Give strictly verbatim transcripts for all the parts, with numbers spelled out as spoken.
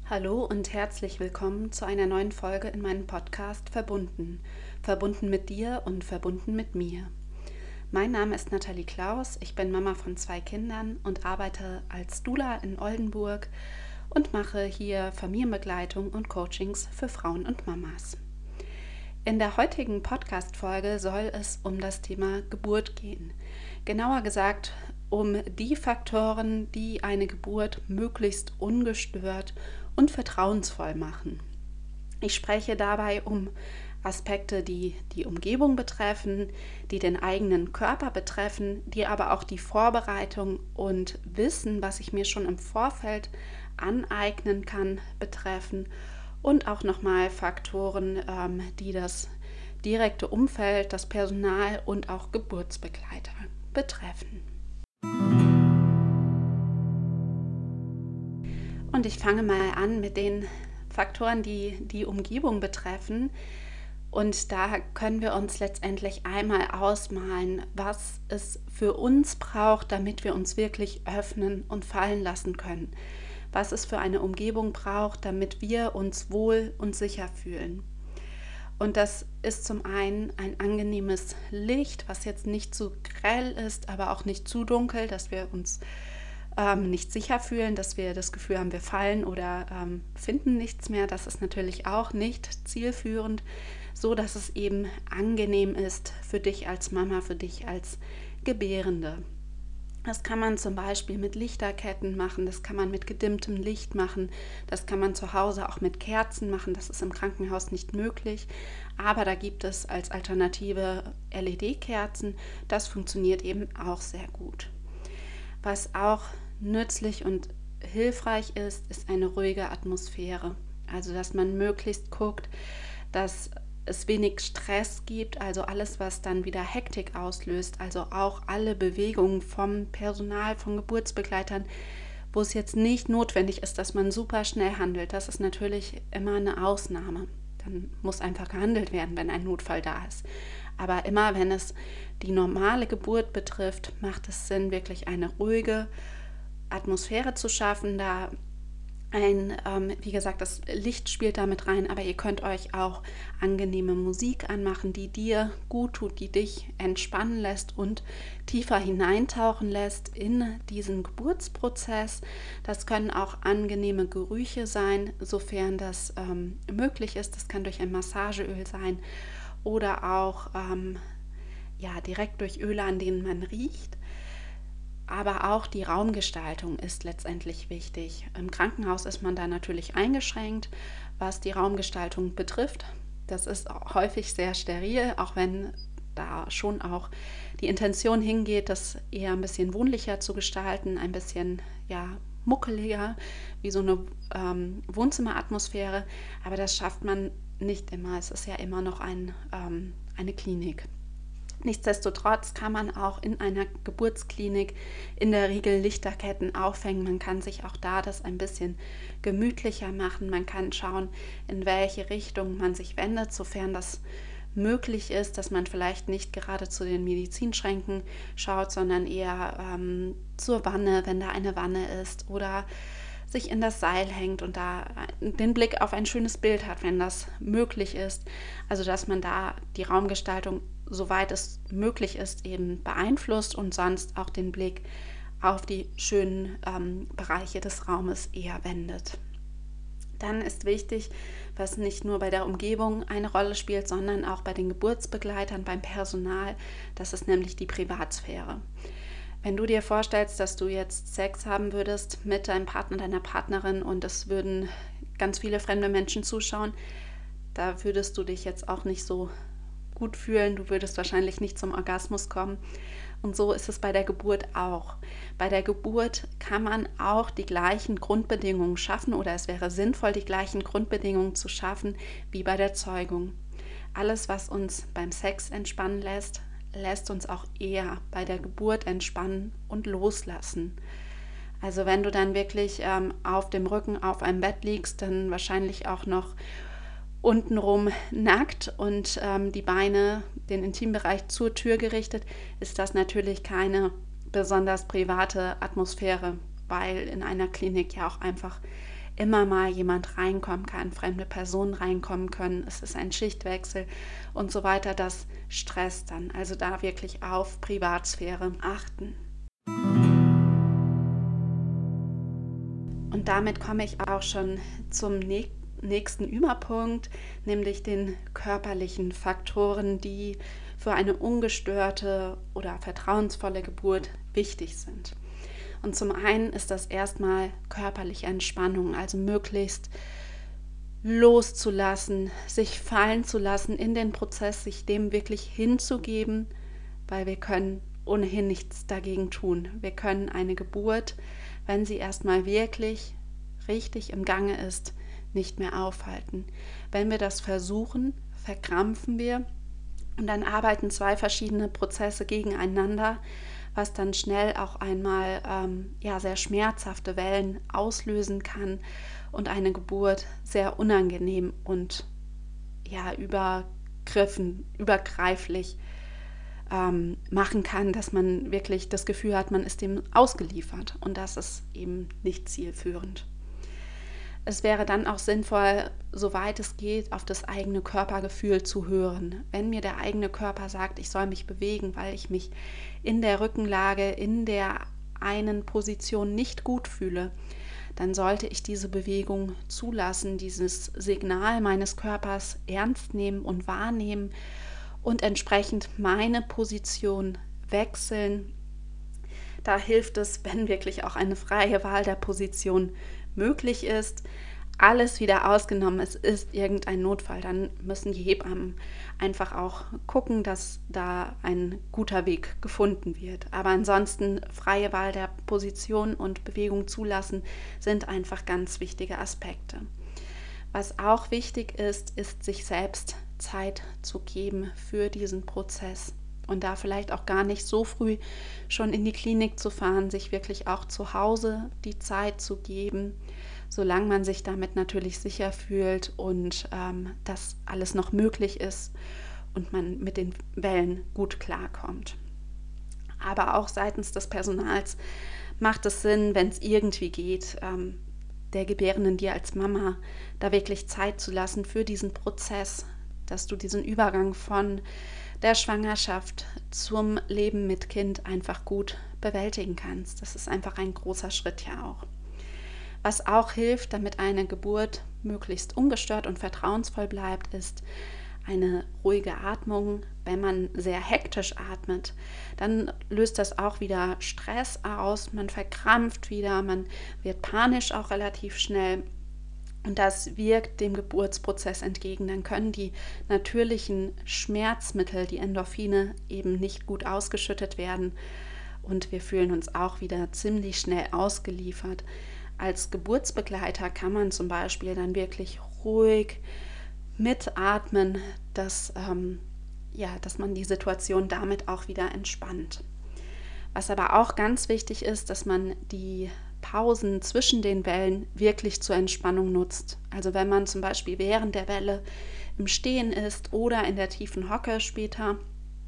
Hallo und herzlich willkommen zu einer neuen Folge in meinem Podcast Verbunden. Verbunden mit dir und verbunden mit mir. Mein Name ist Nathalie Klaus, ich bin Mama von zwei Kindern und arbeite als Doula in Oldenburg und mache hier Familienbegleitung und Coachings für Frauen und Mamas. In der heutigen Podcast-Folge soll es um das Thema Geburt gehen. Genauer gesagt um die Faktoren, die eine Geburt möglichst ungestört und vertrauensvoll machen. Ich spreche dabei um Aspekte, die die Umgebung betreffen, die den eigenen Körper betreffen, die aber auch die Vorbereitung und Wissen, was ich mir schon im Vorfeld aneignen kann, betreffen und auch nochmal Faktoren, ähm, die das direkte Umfeld, das Personal und auch Geburtsbegleiter betreffen. Und ich fange mal an mit den Faktoren, die die Umgebung betreffen. Und da können wir uns letztendlich einmal ausmalen, was es für uns braucht, damit wir uns wirklich öffnen und fallen lassen können. Was es für eine Umgebung braucht, damit wir uns wohl und sicher fühlen. Und das ist zum einen ein angenehmes Licht, was jetzt nicht zu grell ist, aber auch nicht zu dunkel, dass wir uns ähm, nicht sicher fühlen, dass wir das Gefühl haben, wir fallen oder ähm, finden nichts mehr. Das ist natürlich auch nicht zielführend, so dass es eben angenehm ist für dich als Mama, für dich als Gebärende. Das kann man zum Beispiel mit Lichterketten machen, das kann man mit gedimmtem Licht machen, das kann man zu Hause auch mit Kerzen machen, das ist im Krankenhaus nicht möglich, aber da gibt es als Alternative L E D-Kerzen, das funktioniert eben auch sehr gut. Was auch nützlich und hilfreich ist, ist eine ruhige Atmosphäre, also dass man möglichst guckt, dass es wenig Stress gibt, also alles, was dann wieder Hektik auslöst, also auch alle Bewegungen vom Personal, von Geburtsbegleitern, wo es jetzt nicht notwendig ist, dass man super schnell handelt. Das ist natürlich immer eine Ausnahme. Dann muss einfach gehandelt werden, wenn ein Notfall da ist. Aber immer, wenn es die normale Geburt betrifft, macht es Sinn, wirklich eine ruhige Atmosphäre zu schaffen, da Ein, ähm, wie gesagt, das Licht spielt da mit rein, aber ihr könnt euch auch angenehme Musik anmachen, die dir gut tut, die dich entspannen lässt und tiefer hineintauchen lässt in diesen Geburtsprozess. Das können auch angenehme Gerüche sein, sofern das ähm, möglich ist. Das kann durch ein Massageöl sein oder auch ähm, ja, direkt durch Öle, an denen man riecht. Aber auch die Raumgestaltung ist letztendlich wichtig. Im Krankenhaus ist man da natürlich eingeschränkt, was die Raumgestaltung betrifft. Das ist häufig sehr steril, auch wenn da schon auch die Intention hingeht, das eher ein bisschen wohnlicher zu gestalten, ein bisschen ja, muckeliger, wie so eine ähm, Wohnzimmeratmosphäre. Aber das schafft man nicht immer. Es ist ja immer noch ein, ähm, eine Klinik. Nichtsdestotrotz kann man auch in einer Geburtsklinik in der Regel Lichterketten aufhängen. Man kann sich auch da das ein bisschen gemütlicher machen. Man kann schauen, in welche Richtung man sich wendet, sofern das möglich ist, dass man vielleicht nicht gerade zu den Medizinschränken schaut, sondern eher ähm, zur Wanne, wenn da eine Wanne ist, oder sich in das Seil hängt und da den Blick auf ein schönes Bild hat, wenn das möglich ist. Also dass man da die Raumgestaltung, soweit es möglich ist, eben beeinflusst und sonst auch den Blick auf die schönen ähm, Bereiche des Raumes eher wendet. Dann ist wichtig, was nicht nur bei der Umgebung eine Rolle spielt, sondern auch bei den Geburtsbegleitern, beim Personal, das ist nämlich die Privatsphäre. Wenn du dir vorstellst, dass du jetzt Sex haben würdest mit deinem Partner, deiner Partnerin und es würden ganz viele fremde Menschen zuschauen, da würdest du dich jetzt auch nicht so gut fühlen, du würdest wahrscheinlich nicht zum Orgasmus kommen. Und so ist es bei der Geburt auch. Bei der Geburt kann man auch die gleichen Grundbedingungen schaffen oder es wäre sinnvoll, die gleichen Grundbedingungen zu schaffen wie bei der Zeugung. Alles, was uns beim Sex entspannen lässt, lässt uns auch eher bei der Geburt entspannen und loslassen. Also wenn du dann wirklich ähm, auf dem Rücken auf einem Bett liegst, dann wahrscheinlich auch noch untenrum nackt und ähm, die Beine, den Intimbereich zur Tür gerichtet, ist das natürlich keine besonders private Atmosphäre, weil in einer Klinik ja auch einfach immer mal jemand reinkommen kann, fremde Personen reinkommen können, es ist ein Schichtwechsel und so weiter. Das stresst dann. Also da wirklich auf Privatsphäre achten. Und damit komme ich auch schon zum nächsten Überpunkt, nämlich den körperlichen Faktoren, die für eine ungestörte oder vertrauensvolle Geburt wichtig sind. Und zum einen ist das erstmal körperliche Entspannung, also möglichst loszulassen, sich fallen zu lassen in den Prozess, sich dem wirklich hinzugeben, weil wir können ohnehin nichts dagegen tun. Wir können eine Geburt, wenn sie erstmal wirklich richtig im Gange ist, nicht mehr aufhalten. Wenn wir das versuchen, verkrampfen wir und dann arbeiten zwei verschiedene Prozesse gegeneinander, was dann schnell auch einmal ähm, ja, sehr schmerzhafte Wellen auslösen kann und eine Geburt sehr unangenehm und ja, übergriffen, übergreiflich ähm, machen kann, dass man wirklich das Gefühl hat, man ist dem ausgeliefert und das ist eben nicht zielführend. Es wäre dann auch sinnvoll, soweit es geht, auf das eigene Körpergefühl zu hören. Wenn mir der eigene Körper sagt, ich soll mich bewegen, weil ich mich in der Rückenlage, in der einen Position nicht gut fühle, dann sollte ich diese Bewegung zulassen, dieses Signal meines Körpers ernst nehmen und wahrnehmen und entsprechend meine Position wechseln. Da hilft es, wenn wirklich auch eine freie Wahl der Position möglich ist, alles wieder ausgenommen, es ist irgendein Notfall, dann müssen die Hebammen einfach auch gucken, dass da ein guter Weg gefunden wird. Aber ansonsten freie Wahl der Position und Bewegung zulassen sind einfach ganz wichtige Aspekte. Was auch wichtig ist, ist sich selbst Zeit zu geben für diesen Prozess. Und da vielleicht auch gar nicht so früh schon in die Klinik zu fahren, sich wirklich auch zu Hause die Zeit zu geben, solange man sich damit natürlich sicher fühlt und ähm, das alles noch möglich ist und man mit den Wellen gut klarkommt. Aber auch seitens des Personals macht es Sinn, wenn es irgendwie geht, ähm, der Gebärenden dir als Mama da wirklich Zeit zu lassen für diesen Prozess, dass du diesen Übergang von der Schwangerschaft zum Leben mit Kind einfach gut bewältigen kannst. Das ist einfach ein großer Schritt ja auch. Was auch hilft, damit eine Geburt möglichst ungestört und vertrauensvoll bleibt, ist eine ruhige Atmung. Wenn man sehr hektisch atmet, dann löst das auch wieder Stress aus, man verkrampft wieder, man wird panisch auch relativ schnell. Und das wirkt dem Geburtsprozess entgegen. Dann können die natürlichen Schmerzmittel, die Endorphine, eben nicht gut ausgeschüttet werden. Und wir fühlen uns auch wieder ziemlich schnell ausgeliefert. Als Geburtsbegleiter kann man zum Beispiel dann wirklich ruhig mitatmen, dass, ähm, ja, dass man die Situation damit auch wieder entspannt. Was aber auch ganz wichtig ist, dass man die Pausen zwischen den Wellen wirklich zur Entspannung nutzt. Also wenn man zum Beispiel während der Welle im Stehen ist oder in der tiefen Hocke später,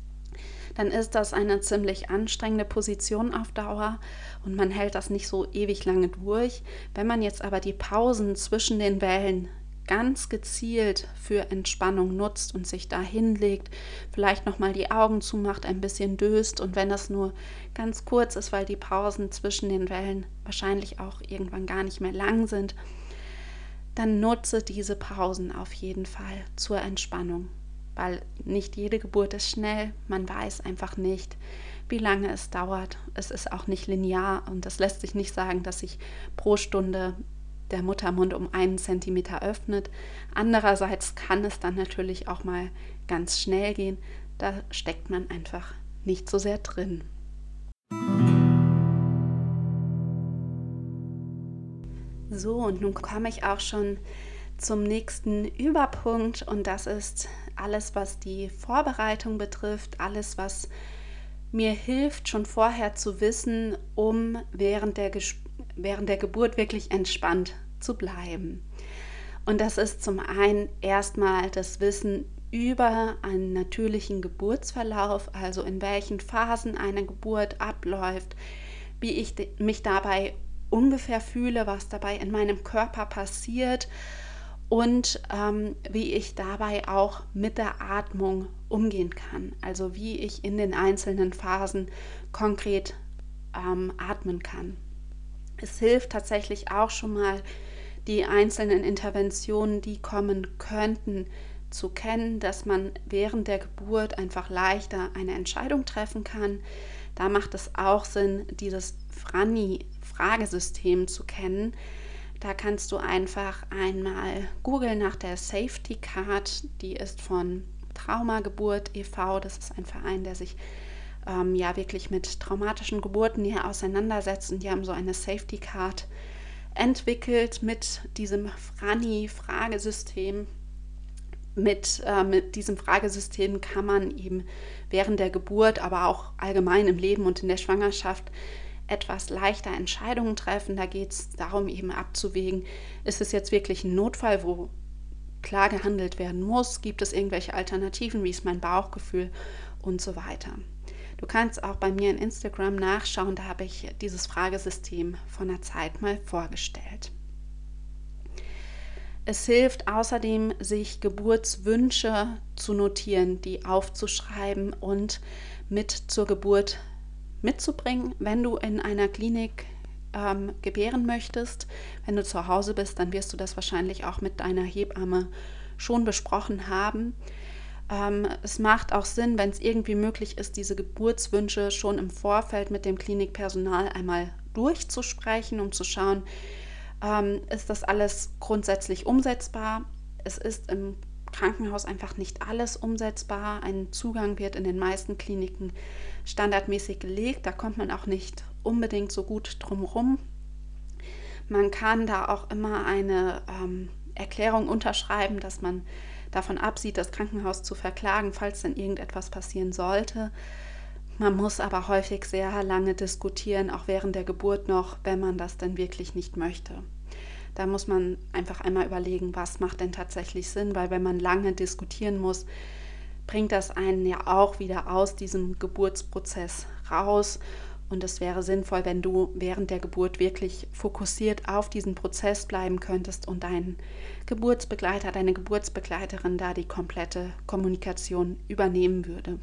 dann ist das eine ziemlich anstrengende Position auf Dauer und man hält das nicht so ewig lange durch. Wenn man jetzt aber die Pausen zwischen den Wellen ganz gezielt für Entspannung nutzt und sich da hinlegt, vielleicht nochmal die Augen zumacht, ein bisschen döst und wenn das nur ganz kurz ist, weil die Pausen zwischen den Wellen wahrscheinlich auch irgendwann gar nicht mehr lang sind, dann nutze diese Pausen auf jeden Fall zur Entspannung, weil nicht jede Geburt ist schnell, man weiß einfach nicht, wie lange es dauert. Es ist auch nicht linear und das lässt sich nicht sagen, dass sich pro Stunde der Muttermund um einen Zentimeter öffnet. Andererseits kann es dann natürlich auch mal ganz schnell gehen. Da steckt man einfach nicht so sehr drin. So, und nun komme ich auch schon zum nächsten Überpunkt und das ist alles, was die Vorbereitung betrifft, alles, was mir hilft, schon vorher zu wissen, um während der Ges- während der Geburt wirklich entspannt zu bleiben. Und das ist zum einen erstmal das Wissen über einen natürlichen Geburtsverlauf, also in welchen Phasen eine Geburt abläuft, wie ich mich dabei ungefähr fühle, was dabei in meinem Körper passiert und ähm, wie ich dabei auch mit der Atmung umgehen kann. Also wie ich in den einzelnen Phasen konkret ähm, atmen kann. Es hilft tatsächlich auch schon mal, die einzelnen Interventionen, die kommen könnten, zu kennen, dass man während der Geburt einfach leichter eine Entscheidung treffen kann. Da macht es auch Sinn, dieses Franny-Fragesystem zu kennen. Da kannst du einfach einmal googeln nach der Safety Card. Die ist von Traumageburt e V. Das ist ein Verein, der sich ähm, ja wirklich mit traumatischen Geburten hier auseinandersetzt. Und die haben so eine Safety Card entwickelt mit diesem Franny-Fragesystem. Mit, äh, mit diesem Fragesystem kann man eben während der Geburt, aber auch allgemein im Leben und in der Schwangerschaft etwas leichter Entscheidungen treffen. Da geht es darum, eben abzuwägen, ist es jetzt wirklich ein Notfall, wo klar gehandelt werden muss? Gibt es irgendwelche Alternativen? Wie ist mein Bauchgefühl? Und so weiter. Du kannst auch bei mir in Instagram nachschauen, da habe ich dieses Fragesystem von der Zeit mal vorgestellt. Es hilft außerdem, sich Geburtswünsche zu notieren, die aufzuschreiben und mit zur Geburt mitzubringen. Wenn du in einer Klinik ähm, gebären möchtest, wenn du zu Hause bist, dann wirst du das wahrscheinlich auch mit deiner Hebamme schon besprochen haben. Ähm, es macht auch Sinn, wenn es irgendwie möglich ist, diese Geburtswünsche schon im Vorfeld mit dem Klinikpersonal einmal durchzusprechen, um zu schauen, ähm, ist das alles grundsätzlich umsetzbar. Es ist im Krankenhaus einfach nicht alles umsetzbar. Ein Zugang wird in den meisten Kliniken standardmäßig gelegt. Da kommt man auch nicht unbedingt so gut drum rum. Man kann da auch immer eine ähm, Erklärung unterschreiben, dass man davon absieht, das Krankenhaus zu verklagen, falls dann irgendetwas passieren sollte. Man muss aber häufig sehr lange diskutieren, auch während der Geburt noch, wenn man das denn wirklich nicht möchte. Da muss man einfach einmal überlegen, was macht denn tatsächlich Sinn, weil wenn man lange diskutieren muss, bringt das einen ja auch wieder aus diesem Geburtsprozess raus. Und es wäre sinnvoll, wenn du während der Geburt wirklich fokussiert auf diesen Prozess bleiben könntest und dein Geburtsbegleiter, deine Geburtsbegleiterin da die komplette Kommunikation übernehmen würde.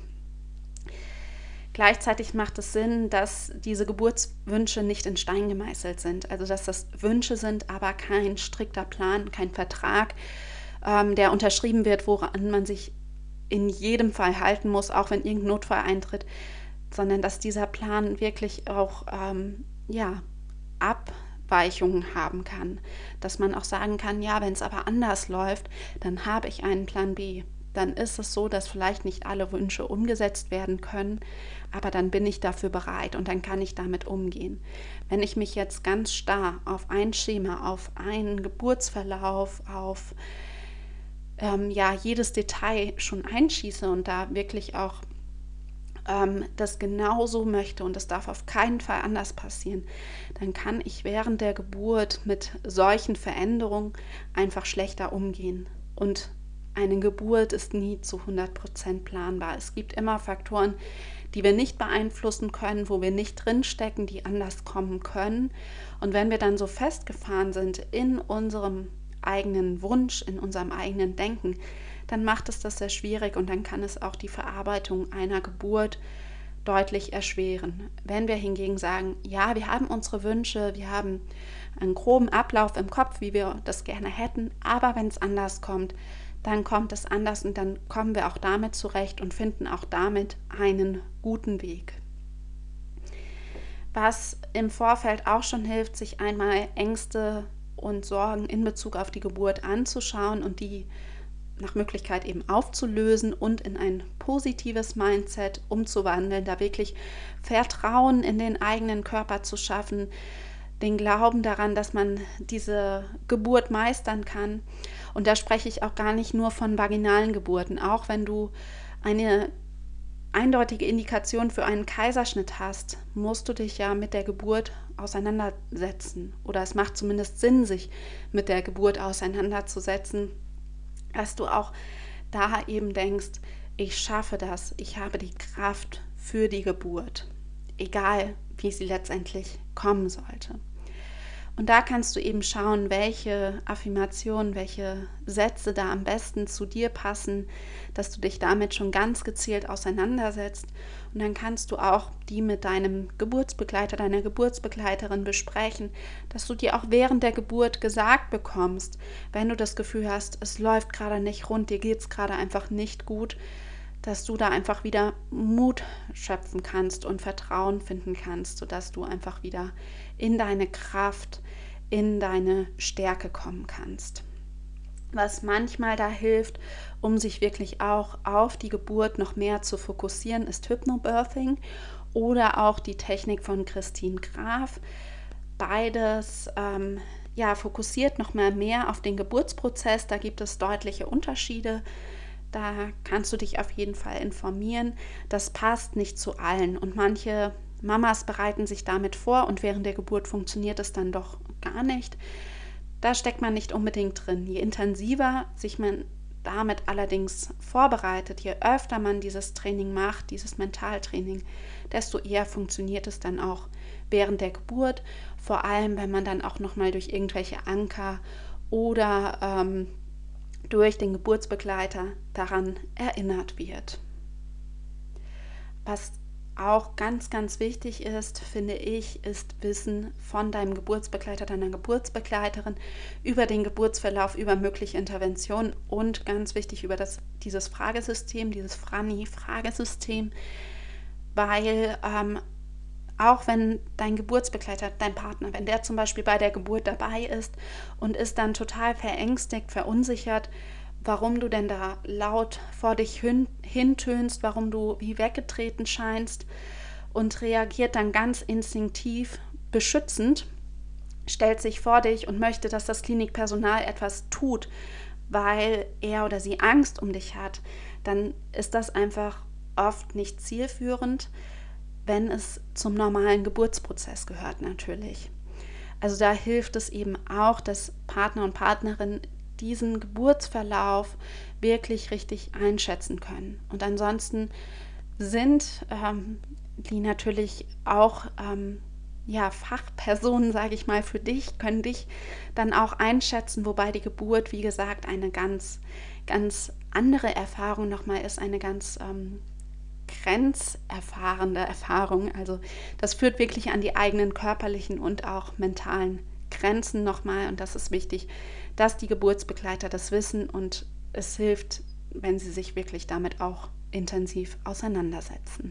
Gleichzeitig macht es Sinn, dass diese Geburtswünsche nicht in Stein gemeißelt sind. Also dass das Wünsche sind, aber kein strikter Plan, kein Vertrag, ähm, der unterschrieben wird, woran man sich in jedem Fall halten muss, auch wenn irgendein Notfall eintritt, sondern dass dieser Plan wirklich auch ähm, ja, Abweichungen haben kann. Dass man auch sagen kann, ja, wenn es aber anders läuft, dann habe ich einen Plan B. Dann ist es so, dass vielleicht nicht alle Wünsche umgesetzt werden können, aber dann bin ich dafür bereit und dann kann ich damit umgehen. Wenn ich mich jetzt ganz starr auf ein Schema, auf einen Geburtsverlauf, auf ähm, ja, jedes Detail schon einschieße und da wirklich auch ähm, das genauso möchte und es darf auf keinen Fall anders passieren, dann kann ich während der Geburt mit solchen Veränderungen einfach schlechter umgehen. Und eine Geburt ist nie zu hundert Prozent planbar. Es gibt immer Faktoren, die wir nicht beeinflussen können, wo wir nicht drinstecken, die anders kommen können. Und wenn wir dann so festgefahren sind in unserem eigenen Wunsch, in unserem eigenen Denken, dann macht es das sehr schwierig und dann kann es auch die Verarbeitung einer Geburt deutlich erschweren. Wenn wir hingegen sagen, ja, wir haben unsere Wünsche, wir haben einen groben Ablauf im Kopf, wie wir das gerne hätten, aber wenn es anders kommt, dann kommt es anders und dann kommen wir auch damit zurecht und finden auch damit einen guten Weg. Was im Vorfeld auch schon hilft, sich einmal Ängste und Sorgen in Bezug auf die Geburt anzuschauen und die nach Möglichkeit eben aufzulösen und in ein positives Mindset umzuwandeln, da wirklich Vertrauen in den eigenen Körper zu schaffen, den Glauben daran, dass man diese Geburt meistern kann. Und da spreche ich auch gar nicht nur von vaginalen Geburten. Auch wenn du eine eindeutige Indikation für einen Kaiserschnitt hast, musst du dich ja mit der Geburt auseinandersetzen. Oder es macht zumindest Sinn, sich mit der Geburt auseinanderzusetzen, dass du auch da eben denkst, ich schaffe das, ich habe die Kraft für die Geburt, egal wie sie letztendlich kommen sollte. Und da kannst du eben schauen, welche Affirmationen, welche Sätze da am besten zu dir passen, dass du dich damit schon ganz gezielt auseinandersetzt. Und dann kannst du auch die mit deinem Geburtsbegleiter, deiner Geburtsbegleiterin besprechen, dass du dir auch während der Geburt gesagt bekommst, wenn du das Gefühl hast, es läuft gerade nicht rund, dir geht es gerade einfach nicht gut, dass du da einfach wieder Mut schöpfen kannst und Vertrauen finden kannst, sodass du einfach wieder in deine Kraft, in deine Stärke kommen kannst. Was manchmal da hilft, um sich wirklich auch auf die Geburt noch mehr zu fokussieren, ist Hypnobirthing oder auch die Technik von Christine Graf. Beides ähm, ja, fokussiert noch mal mehr auf den Geburtsprozess. Da gibt es deutliche Unterschiede. Da kannst du dich auf jeden Fall informieren. Das passt nicht zu allen und manche Mamas bereiten sich damit vor und während der Geburt funktioniert es dann doch gar nicht. Da steckt man nicht unbedingt drin. Je intensiver sich man damit allerdings vorbereitet, je öfter man dieses Training macht, dieses Mentaltraining, desto eher funktioniert es dann auch während der Geburt. Vor allem, wenn man dann auch nochmal durch irgendwelche Anker oder ähm, durch den Geburtsbegleiter daran erinnert wird. Was auch ganz, ganz wichtig ist, finde ich, ist Wissen von deinem Geburtsbegleiter, deiner Geburtsbegleiterin über den Geburtsverlauf, über mögliche Interventionen und ganz wichtig über das, dieses Fragesystem, dieses Franni-Fragesystem, weil ähm, auch wenn dein Geburtsbegleiter, dein Partner, wenn der zum Beispiel bei der Geburt dabei ist und ist dann total verängstigt, verunsichert, warum du denn da laut vor dich hin, hintönst, warum du wie weggetreten scheinst und reagiert dann ganz instinktiv beschützend, stellt sich vor dich und möchte, dass das Klinikpersonal etwas tut, weil er oder sie Angst um dich hat, dann ist das einfach oft nicht zielführend, wenn es zum normalen Geburtsprozess gehört natürlich. Also da hilft es eben auch, dass Partner und Partnerin diesen Geburtsverlauf wirklich richtig einschätzen können. Und ansonsten sind ähm, die natürlich auch ähm, ja, Fachpersonen, sage ich mal, für dich, können dich dann auch einschätzen, wobei die Geburt, wie gesagt, eine ganz, ganz andere Erfahrung nochmal ist, eine ganz ähm, grenzerfahrende Erfahrung. Also das führt wirklich an die eigenen körperlichen und auch mentalen Grenzen nochmal und das ist wichtig, dass die Geburtsbegleiter das wissen und es hilft, wenn sie sich wirklich damit auch intensiv auseinandersetzen.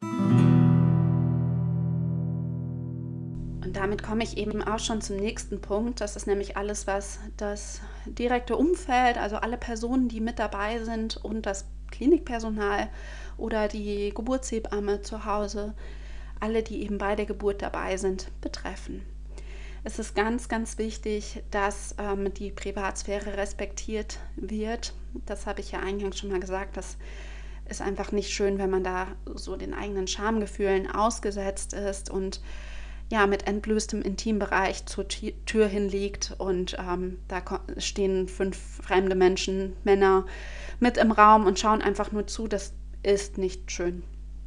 Und damit komme ich eben auch schon zum nächsten Punkt. Das ist nämlich alles, was das direkte Umfeld, also alle Personen, die mit dabei sind und das Klinikpersonal oder die Geburtshebamme zu Hause, alle, die eben bei der Geburt dabei sind, betreffen. Es ist ganz, ganz wichtig, dass ähm, die Privatsphäre respektiert wird. Das habe ich ja eingangs schon mal gesagt. Das ist einfach nicht schön, wenn man da so den eigenen Schamgefühlen ausgesetzt ist und ja, mit entblößtem Intimbereich zur Tür hinliegt und ähm, da stehen fünf fremde Menschen, Männer mit im Raum und schauen einfach nur zu. Das ist nicht schön.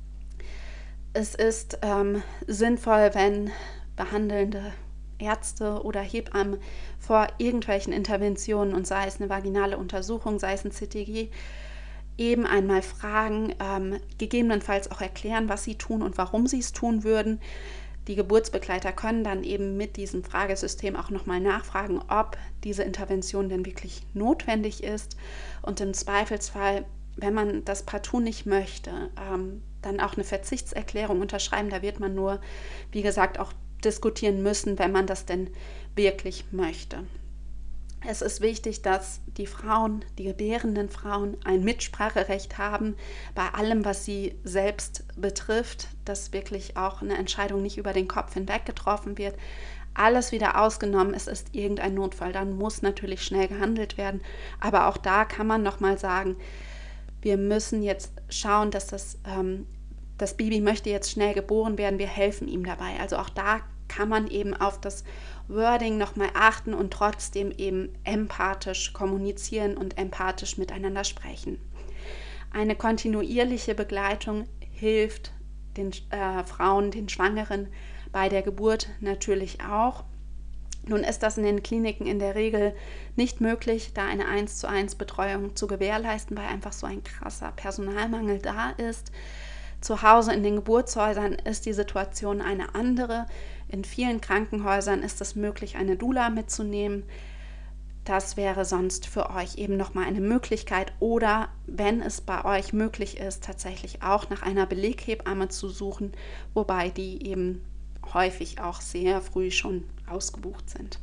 Es ist ähm, sinnvoll, wenn behandelnde Ärzte oder Hebammen vor irgendwelchen Interventionen und sei es eine vaginale Untersuchung, sei es ein C T G, eben einmal fragen, ähm, gegebenenfalls auch erklären, was sie tun und warum sie es tun würden. Die Geburtsbegleiter können dann eben mit diesem Fragesystem auch nochmal nachfragen, ob diese Intervention denn wirklich notwendig ist und im Zweifelsfall, wenn man das partout nicht möchte, ähm, dann auch eine Verzichtserklärung unterschreiben. Da wird man nur, wie gesagt, auch diskutieren müssen, wenn man das denn wirklich möchte. Es ist wichtig, dass die Frauen, die gebärenden Frauen, ein Mitspracherecht haben bei allem, was sie selbst betrifft, dass wirklich auch eine Entscheidung nicht über den Kopf hinweg getroffen wird. Alles wieder ausgenommen, es ist irgendein Notfall, dann muss natürlich schnell gehandelt werden. Aber auch da kann man nochmal sagen, wir müssen jetzt schauen, dass das ähm, das Baby möchte jetzt schnell geboren werden, wir helfen ihm dabei. Also auch da kann man eben auf das Wording nochmal achten und trotzdem eben empathisch kommunizieren und empathisch miteinander sprechen. Eine kontinuierliche Begleitung hilft den äh, Frauen, den Schwangeren bei der Geburt natürlich auch. Nun ist das in den Kliniken in der Regel nicht möglich, da eine eins zu eins Betreuung zu gewährleisten, weil einfach so ein krasser Personalmangel da ist. Zu Hause in den Geburtshäusern ist die Situation eine andere. In vielen Krankenhäusern ist es möglich, eine Doula mitzunehmen. Das wäre sonst für euch eben nochmal eine Möglichkeit. Oder wenn es bei euch möglich ist, tatsächlich auch nach einer Beleghebamme zu suchen, wobei die eben häufig auch sehr früh schon ausgebucht sind.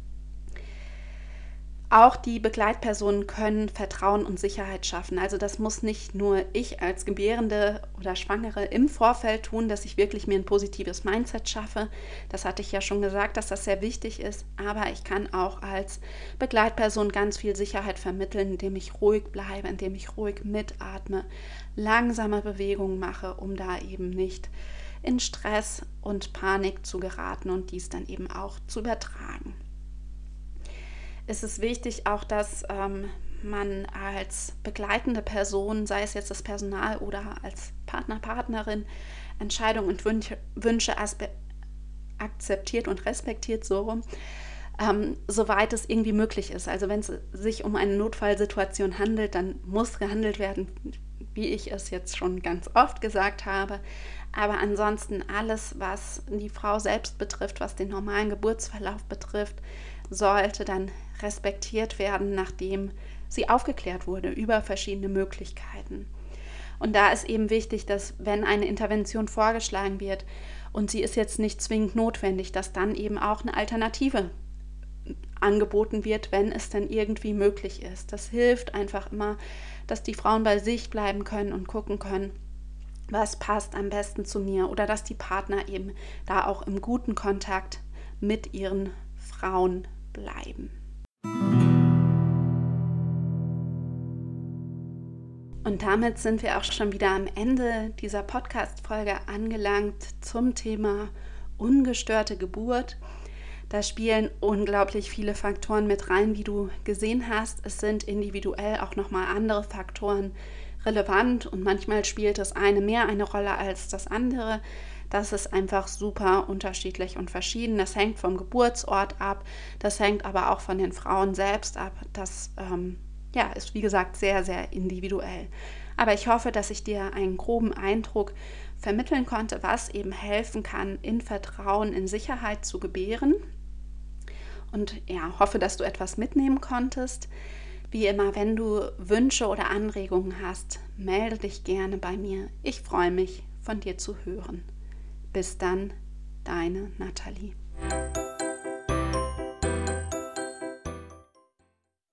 Auch die Begleitpersonen können Vertrauen und Sicherheit schaffen. Also das muss nicht nur ich als Gebärende oder Schwangere im Vorfeld tun, dass ich wirklich mir ein positives Mindset schaffe. Das hatte ich ja schon gesagt, dass das sehr wichtig ist. Aber ich kann auch als Begleitperson ganz viel Sicherheit vermitteln, indem ich ruhig bleibe, indem ich ruhig mitatme, langsame Bewegungen mache, um da eben nicht in Stress und Panik zu geraten und dies dann eben auch zu übertragen. Es ist wichtig auch, dass ähm, man als begleitende Person, sei es jetzt das Personal oder als Partner, Partnerin, Entscheidungen und Wünsche, Wünsche aspe- akzeptiert und respektiert, so rum, ähm, soweit es irgendwie möglich ist. Also wenn es sich um eine Notfallsituation handelt, dann muss gehandelt werden, wie ich es jetzt schon ganz oft gesagt habe. Aber ansonsten alles, was die Frau selbst betrifft, was den normalen Geburtsverlauf betrifft, sollte dann respektiert werden, nachdem sie aufgeklärt wurde über verschiedene Möglichkeiten. Und da ist eben wichtig, dass wenn eine Intervention vorgeschlagen wird und sie ist jetzt nicht zwingend notwendig, dass dann eben auch eine Alternative angeboten wird, wenn es denn irgendwie möglich ist. Das hilft einfach immer, dass die Frauen bei sich bleiben können und gucken können, was passt am besten zu mir, oder dass die Partner eben da auch im guten Kontakt mit ihren Frauen bleiben. Und damit sind wir auch schon wieder am Ende dieser Podcast-Folge angelangt zum Thema ungestörte Geburt. Da spielen unglaublich viele Faktoren mit rein, wie du gesehen hast. Es sind individuell auch nochmal andere Faktoren relevant und manchmal spielt das eine mehr eine Rolle als das andere. Das ist einfach super unterschiedlich und verschieden. Das hängt vom Geburtsort ab, das hängt aber auch von den Frauen selbst ab. Das ähm, ja, ist wie gesagt sehr, sehr individuell. Aber ich hoffe, dass ich dir einen groben Eindruck vermitteln konnte, was eben helfen kann, in Vertrauen, in Sicherheit zu gebären. Und ja, hoffe, dass du etwas mitnehmen konntest. Wie immer, wenn du Wünsche oder Anregungen hast, melde dich gerne bei mir. Ich freue mich, von dir zu hören. Bis dann, deine Nathalie.